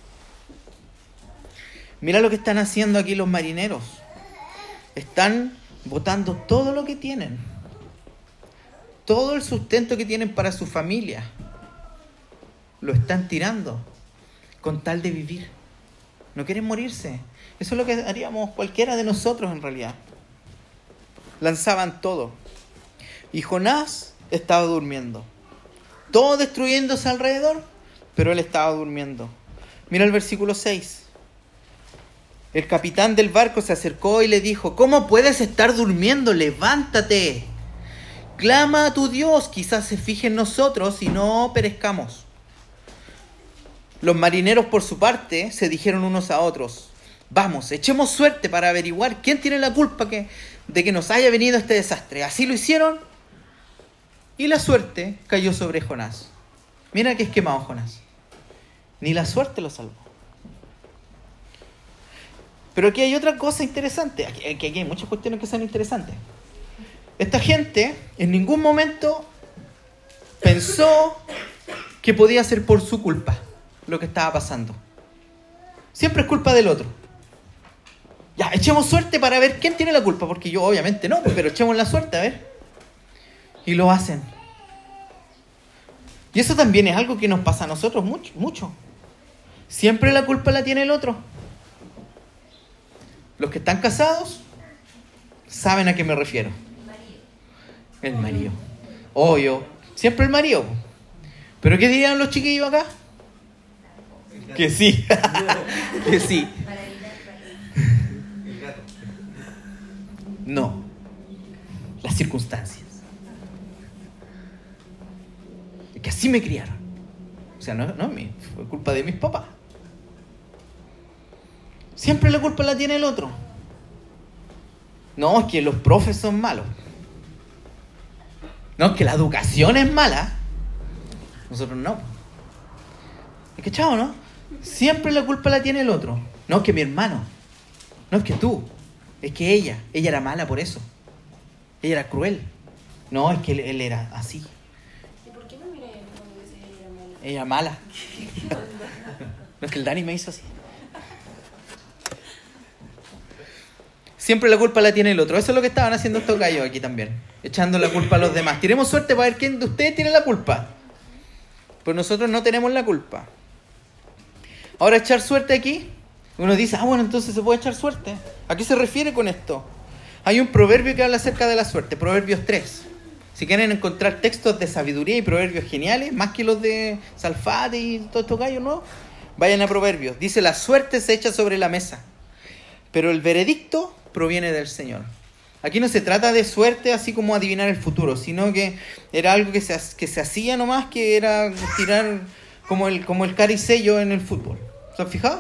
Mira lo que están haciendo aquí los marineros. Están botando todo lo que tienen. Todo el sustento que tienen para su familia. Lo están tirando con tal de vivir. No quieren morirse. Eso es lo que haríamos cualquiera de nosotros en realidad. Lanzaban todo. Y Jonás estaba durmiendo. Todo destruyéndose alrededor, pero él estaba durmiendo. Mira el versículo seis. El capitán del barco se acercó y le dijo: ¿cómo puedes estar durmiendo? Levántate. Clama a tu Dios, quizás se fije en nosotros y no perezcamos. Los marineros, por su parte, se dijeron unos a otros: vamos, echemos suerte para averiguar quién tiene la culpa que, de que nos haya venido este desastre. Así lo hicieron y la suerte cayó sobre Jonás. Mira qué esquemado Jonás. Ni la suerte lo salvó. Pero aquí hay otra cosa interesante. Aquí, aquí hay muchas cuestiones que son interesantes. Esta gente en ningún momento pensó que podía ser por su culpa lo que estaba pasando. Siempre es culpa del otro. Ya, echemos suerte para ver quién tiene la culpa, porque yo obviamente no, pero echemos la suerte a ver. Y lo hacen. Y eso también es algo que nos pasa a nosotros mucho, mucho. Siempre la culpa la tiene el otro. Los que están casados saben a qué me refiero. El marido. Obvio, siempre el marido. ¿Pero qué dirían los chiquillos acá? Que sí. Que sí. No. Las circunstancias. Es que así me criaron. O sea, no, no fue culpa de mis papás. Siempre la culpa la tiene el otro. No, es que los profes son malos. No, es que la educación es mala. Nosotros no. ¿Es que chavo, no? Siempre la culpa la tiene el otro. No, es que mi hermano. No, es que tú. Es que ella. Ella era mala por eso. Ella era cruel. No, es que él, él era así. ¿Y por qué no miré cuando dices ella era mala? Ella era mala. No, es que el Dani me hizo así. Siempre la culpa la tiene el otro. Eso es lo que estaban haciendo estos gallos aquí también. Echando la culpa a los demás. Tiremos suerte para ver quién de ustedes tiene la culpa. Pues nosotros no tenemos la culpa. Ahora, echar suerte aquí. Uno dice, ah, bueno, entonces se puede echar suerte. ¿A qué se refiere con esto? Hay un proverbio que habla acerca de la suerte. Proverbios tres. Si quieren encontrar textos de sabiduría y proverbios geniales, más que los de Salfate y todos estos gallos, ¿no? Vayan a Proverbios. Dice, la suerte se echa sobre la mesa, pero el veredicto proviene del Señor. Aquí no se trata de suerte así como adivinar el futuro, sino que era algo que se, que se hacía nomás, que era tirar como el, como el cara y sello en el fútbol. ¿Se han fijado?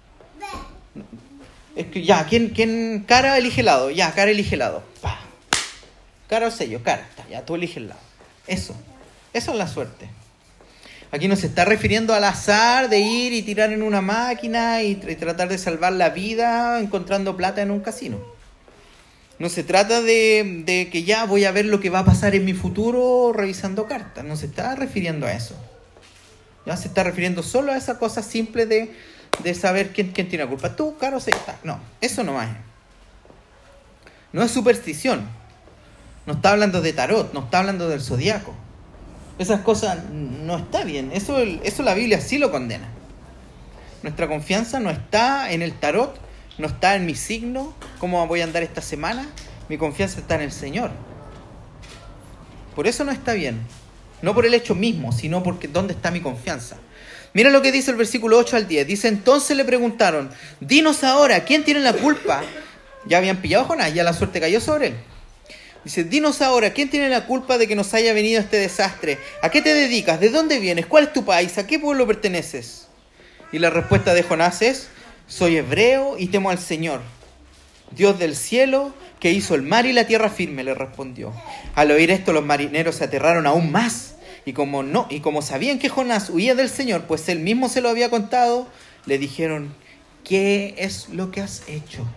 Es que ya, ¿quién, quién cara elige el lado? Ya, cara elige el lado. Pa. Cara o sello, cara. Ya, tú eliges el lado. Eso. Eso es la suerte. Aquí no se está refiriendo al azar de ir y tirar en una máquina y, y tratar de salvar la vida encontrando plata en un casino. No se trata de, de que ya voy a ver lo que va a pasar en mi futuro revisando cartas. No se está refiriendo a eso. Ya se está refiriendo solo a esa cosa simple de, de saber quién, quién tiene la culpa. Tú, Caro, se está. No, eso no es. No es superstición. No está hablando de tarot, no está hablando del zodiaco. Esas cosas no está bien. Eso, eso la Biblia sí lo condena. Nuestra confianza no está en el tarot, no está en mi signo, cómo voy a andar esta semana. Mi confianza está en el Señor. Por eso no está bien. No por el hecho mismo, sino porque ¿dónde está mi confianza? Mira lo que dice el versículo ocho al diez. Dice, entonces le preguntaron, dinos ahora, ¿quién tiene la culpa? Ya habían pillado a Jonás, ya la suerte cayó sobre él. Dice, dinos ahora, ¿quién tiene la culpa de que nos haya venido este desastre? ¿A qué te dedicas? ¿De dónde vienes? ¿Cuál es tu país? ¿A qué pueblo perteneces? Y la respuesta de Jonás es, soy hebreo y temo al Señor, Dios del cielo, que hizo el mar y la tierra firme, le respondió. Al oír esto, los marineros se aterraron aún más, y como no, y como sabían que Jonás huía del Señor, pues él mismo se lo había contado, le dijeron: ¿qué es lo que has hecho?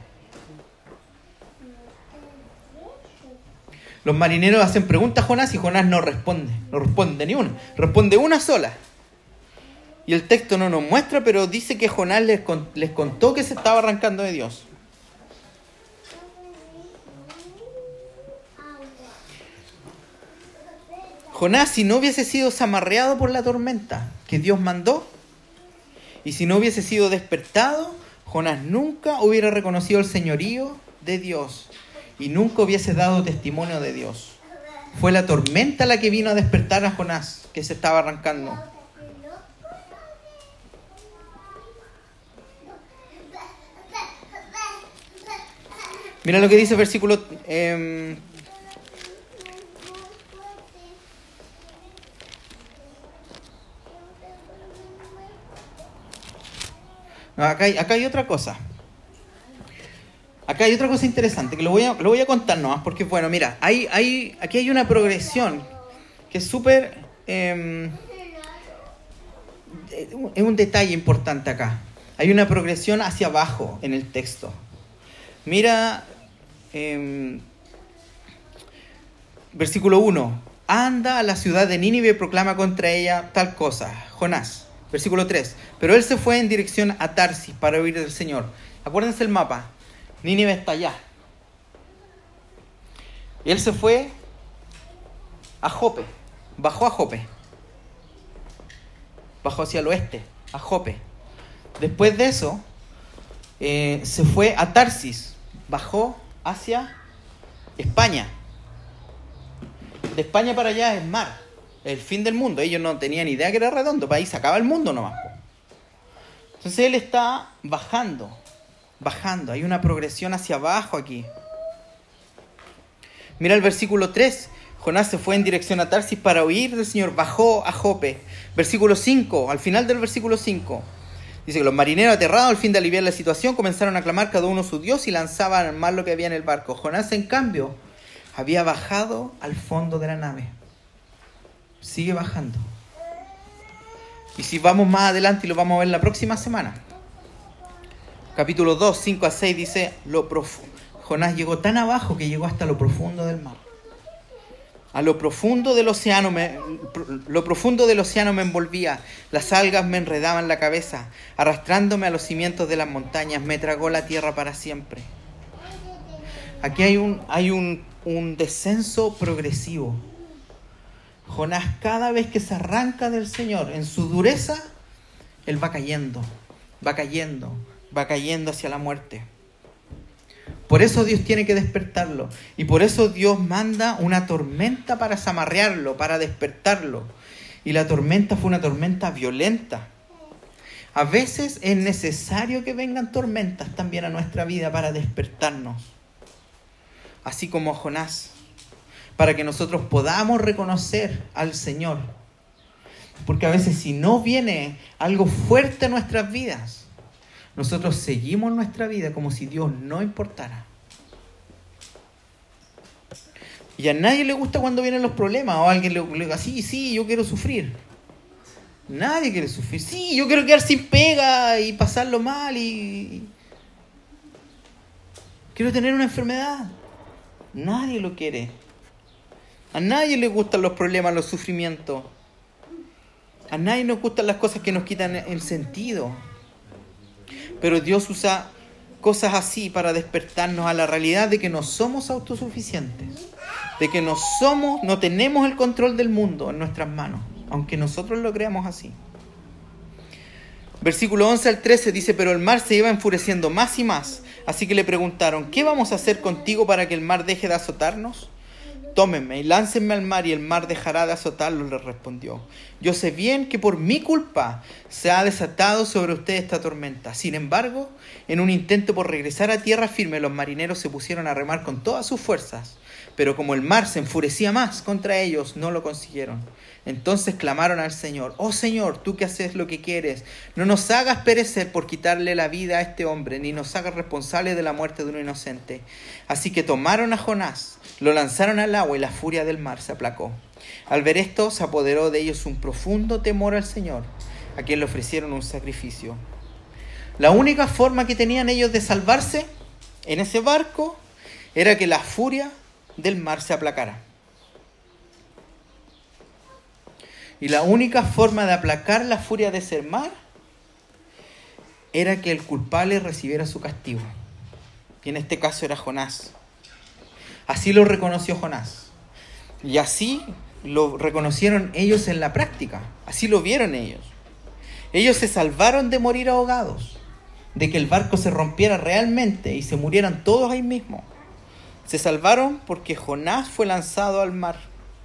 Los marineros hacen preguntas a Jonás y Jonás no responde, no responde ni una, responde una sola. Y el texto no nos muestra, pero dice que Jonás les, les contó que se estaba arrancando de Dios. Jonás, si no hubiese sido zamarreado por la tormenta que Dios mandó, y si no hubiese sido despertado, Jonás nunca hubiera reconocido el señorío de Dios y nunca hubiese dado testimonio de Dios. Fue la tormenta la que vino a despertar a Jonás, que se estaba arrancando. Mira lo que dice el versículo... Eh, no, acá, hay, acá hay otra cosa. Acá hay otra cosa interesante, que lo voy a, lo voy a contar nomás, porque bueno, mira, hay, hay, aquí hay una progresión que es súper... Eh, es un detalle importante acá. Hay una progresión hacia abajo en el texto. Mira, eh, versículo uno. Anda a la ciudad de Nínive y proclama contra ella tal cosa. Jonás. Versículo tres. Pero él se fue en dirección a Tarsis para oír del Señor. Acuérdense el mapa. Nínive está allá. Y él se fue a Jope. Bajó a Jope. Bajó hacia el oeste, a Jope. Después de eso, eh, se fue a Tarsis. Bajó hacia España. De España para allá es mar. El fin del mundo. Ellos no tenían idea que era redondo. Para ahí se acaba el mundo nomás. Entonces él está bajando. Bajando. Hay una progresión hacia abajo aquí. Mira el versículo tres. Jonás se fue en dirección a Tarsis para oír del Señor. Bajó a Jope. Versículo cinco. Al final del versículo cinco. Dice que los marineros, aterrados al fin de aliviar la situación, comenzaron a clamar cada uno su Dios y lanzaban al mar lo que había en el barco. Jonás, en cambio, había bajado al fondo de la nave. Sigue bajando. Y si vamos más adelante y lo vamos a ver la próxima semana. Capítulo dos, cinco a seis dice, lo prof... Jonás llegó tan abajo que llegó hasta lo profundo del mar. A lo profundo del océano me, lo profundo del océano me envolvía, las algas me enredaban la cabeza, arrastrándome a los cimientos de las montañas, me tragó la tierra para siempre. Aquí hay un, hay un, un descenso progresivo. Jonás, cada vez que se arranca del Señor en su dureza, él va cayendo, va cayendo, va cayendo hacia la muerte. Por eso Dios tiene que despertarlo. Y por eso Dios manda una tormenta para zamarrearlo, para despertarlo. Y la tormenta fue una tormenta violenta. A veces es necesario que vengan tormentas también a nuestra vida para despertarnos. Así como a Jonás. Para que nosotros podamos reconocer al Señor. Porque a veces si no viene algo fuerte a nuestras vidas, nosotros seguimos nuestra vida como si Dios no importara. Y a nadie le gusta cuando vienen los problemas. O a alguien le, le diga, sí, sí, yo quiero sufrir. Nadie quiere sufrir. Sí, yo quiero quedar sin pega y pasarlo mal. Y quiero tener una enfermedad. Nadie lo quiere. A nadie le gustan los problemas, los sufrimientos. A nadie nos gustan las cosas que nos quitan el sentido. Pero Dios usa cosas así para despertarnos a la realidad de que no somos autosuficientes, de que no somos, no tenemos el control del mundo en nuestras manos, aunque nosotros lo creamos así. Versículo once al trece dice, pero el mar se iba enfureciendo más y más, así que le preguntaron, ¿qué vamos a hacer contigo para que el mar deje de azotarnos? Tómenme y láncenme al mar y el mar dejará de azotarlos, le respondió. Yo sé bien que por mi culpa se ha desatado sobre usted esta tormenta. Sin embargo, en un intento por regresar a tierra firme, los marineros se pusieron a remar con todas sus fuerzas, Pero como el mar se enfurecía más contra ellos, no lo consiguieron. Entonces clamaron al Señor: oh Señor, tú que haces lo que quieres, no nos hagas perecer por quitarle la vida a este hombre, ni nos hagas responsables de la muerte de un inocente. Así que tomaron a Jonás, lo lanzaron al agua y la furia del mar se aplacó. Al ver esto, se apoderó de ellos un profundo temor al Señor, a quien le ofrecieron un sacrificio. La única forma que tenían ellos de salvarse en ese barco era que la furia del mar se aplacara. Y la única forma de aplacar la furia de ese mar era que el culpable recibiera su castigo. Y en este caso era Jonás. Así lo reconoció Jonás. Y así lo reconocieron ellos en la práctica. Así lo vieron ellos. Ellos se salvaron de morir ahogados, de que el barco se rompiera realmente y se murieran todos ahí mismo. Se salvaron porque Jonás fue lanzado al mar.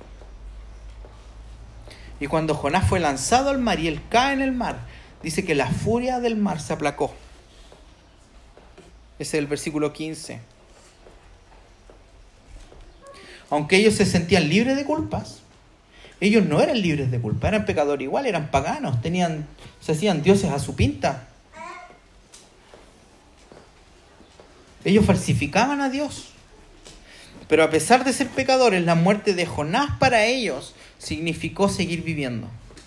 Y cuando Jonás fue lanzado al mar y él cae en el mar, dice que la furia del mar se aplacó. Ese es el versículo quince. Aunque ellos se sentían libres de culpas, ellos no eran libres de culpa, eran pecadores igual, eran paganos, tenían, se hacían dioses a su pinta. Ellos falsificaban a Dios. Pero a pesar de ser pecadores, la muerte de Jonás para ellos significó seguir viviendo.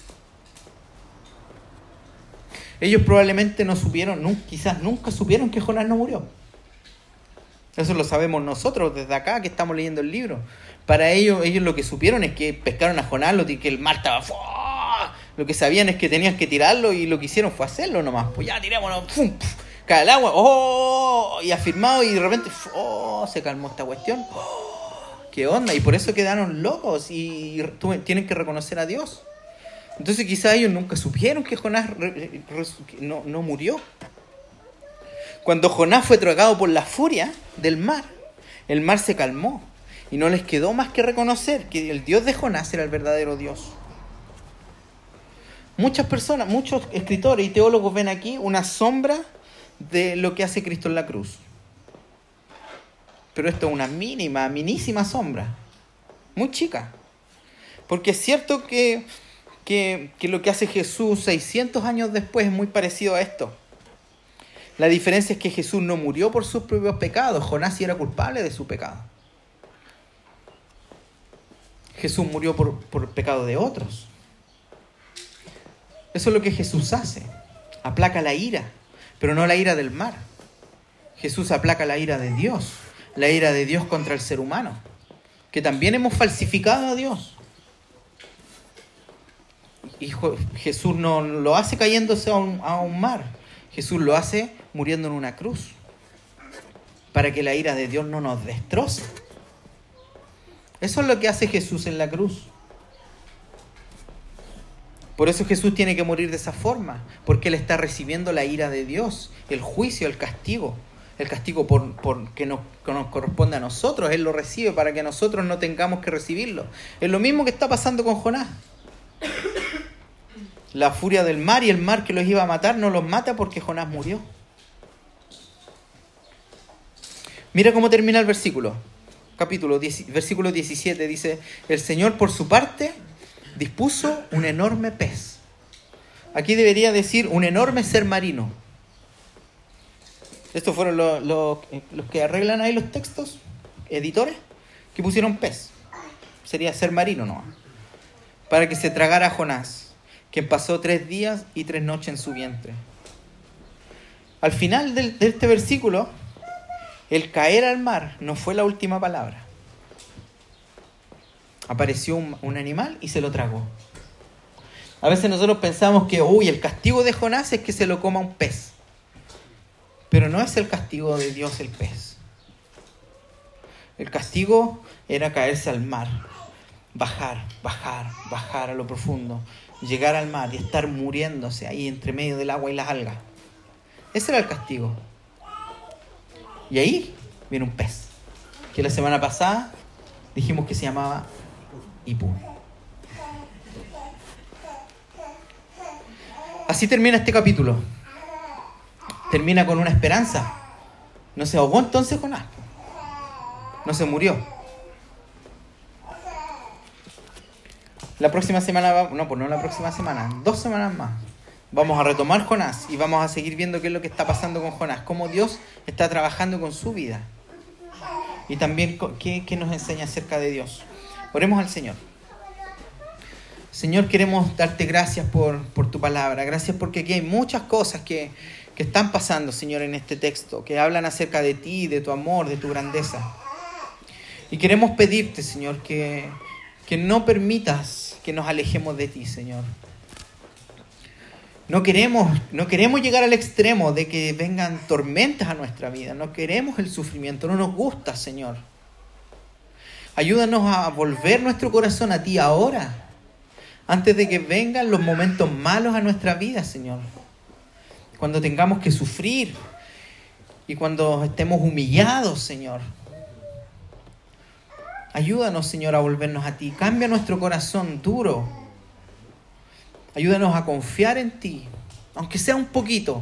Ellos probablemente no supieron, quizás nunca supieron que Jonás no murió. Eso lo sabemos nosotros desde acá que estamos leyendo el libro. Para ellos, ellos lo que supieron es que pescaron a Jonás, lo que el mar estaba... ¡fua! Lo que sabían es que tenían que tirarlo y lo que hicieron fue hacerlo nomás. Pues ya, tirémonos, ¡pum! Cae el agua, ¡oh! Y afirmado y de repente, ¡oh! Se calmó esta cuestión. ¡Oh! ¿Qué onda? Y por eso quedaron locos y tienen que reconocer a Dios. Entonces quizás ellos nunca supieron que Jonás no, no murió. Cuando Jonás fue tragado por la furia del mar, el mar se calmó y no les quedó más que reconocer que el Dios de Jonás era el verdadero Dios. Muchas personas, muchos escritores y teólogos ven aquí una sombra de lo que hace Cristo en la cruz. Pero esto es una mínima, minísima sombra, muy chica. Porque es cierto que, que, que lo que hace Jesús seiscientos años después es muy parecido a esto. La diferencia es que Jesús no murió por sus propios pecados. Jonás sí era culpable de su pecado. Jesús murió por, por el pecado de otros. Eso es lo que Jesús hace. Aplaca la ira, pero no la ira del mar. Jesús aplaca la ira de Dios, la ira de Dios contra el ser humano, que también hemos falsificado a Dios. Y Jesús no lo hace cayéndose a un, a un mar. Jesús lo hace muriendo en una cruz, para que la ira de Dios no nos destroce. Eso es lo que hace Jesús en la cruz. Por eso Jesús tiene que morir de esa forma, porque Él está recibiendo la ira de Dios, el juicio, el castigo. El castigo por, por que, nos, que nos corresponde a nosotros. Él lo recibe para que nosotros no tengamos que recibirlo. Es lo mismo que está pasando con Jonás. La furia del mar y el mar que los iba a matar no los mata porque Jonás murió. Mira cómo termina el versículo. Capítulo diez, versículo diecisiete dice: el Señor por su parte dispuso un enorme pez. Aquí debería decir un enorme ser marino. Estos fueron los, los, los que arreglan ahí los textos, editores, que pusieron pez. Sería ser marino, ¿no? Para que se tragara a Jonás, quien pasó tres días y tres noches en su vientre. Al final de, de este versículo, el caer al mar no fue la última palabra. Apareció un, un animal y se lo tragó. A veces nosotros pensamos que, uy, el castigo de Jonás es que se lo coma un pez. Pero no es el castigo de Dios el pez. El castigo era caerse al mar, bajar, bajar, bajar a lo profundo, llegar al mar y estar muriéndose ahí entre medio del agua y las algas. Ese era el castigo. Y ahí viene un pez, que la semana pasada dijimos que se llamaba Hipú. Así termina este capítulo. Termina con una esperanza. No se ahogó entonces Jonás. No se murió. La próxima semana, va, no, pues no la próxima semana, dos semanas más. Vamos a retomar Jonás y vamos a seguir viendo qué es lo que está pasando con Jonás, cómo Dios está trabajando con su vida. Y también qué, qué nos enseña acerca de Dios. Oremos al Señor. Señor, queremos darte gracias por, por tu palabra. Gracias porque aquí hay muchas cosas que, que están pasando, Señor, en este texto, que hablan acerca de ti, de tu amor, de tu grandeza. Y queremos pedirte, Señor, que, que no permitas que nos alejemos de ti, Señor. No queremos, no queremos llegar al extremo de que vengan tormentas a nuestra vida. No queremos el sufrimiento, no nos gusta, Señor. Ayúdanos a volver nuestro corazón a ti ahora, antes de que vengan los momentos malos a nuestra vida, Señor. Cuando tengamos que sufrir y cuando estemos humillados, Señor. Ayúdanos, Señor, a volvernos a ti. Cambia nuestro corazón duro. Ayúdanos a confiar en ti, aunque sea un poquito.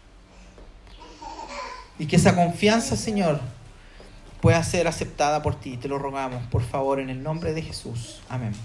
Y que esa confianza, Señor, pueda ser aceptada por ti. Te lo rogamos, por favor, en el nombre de Jesús. Amén.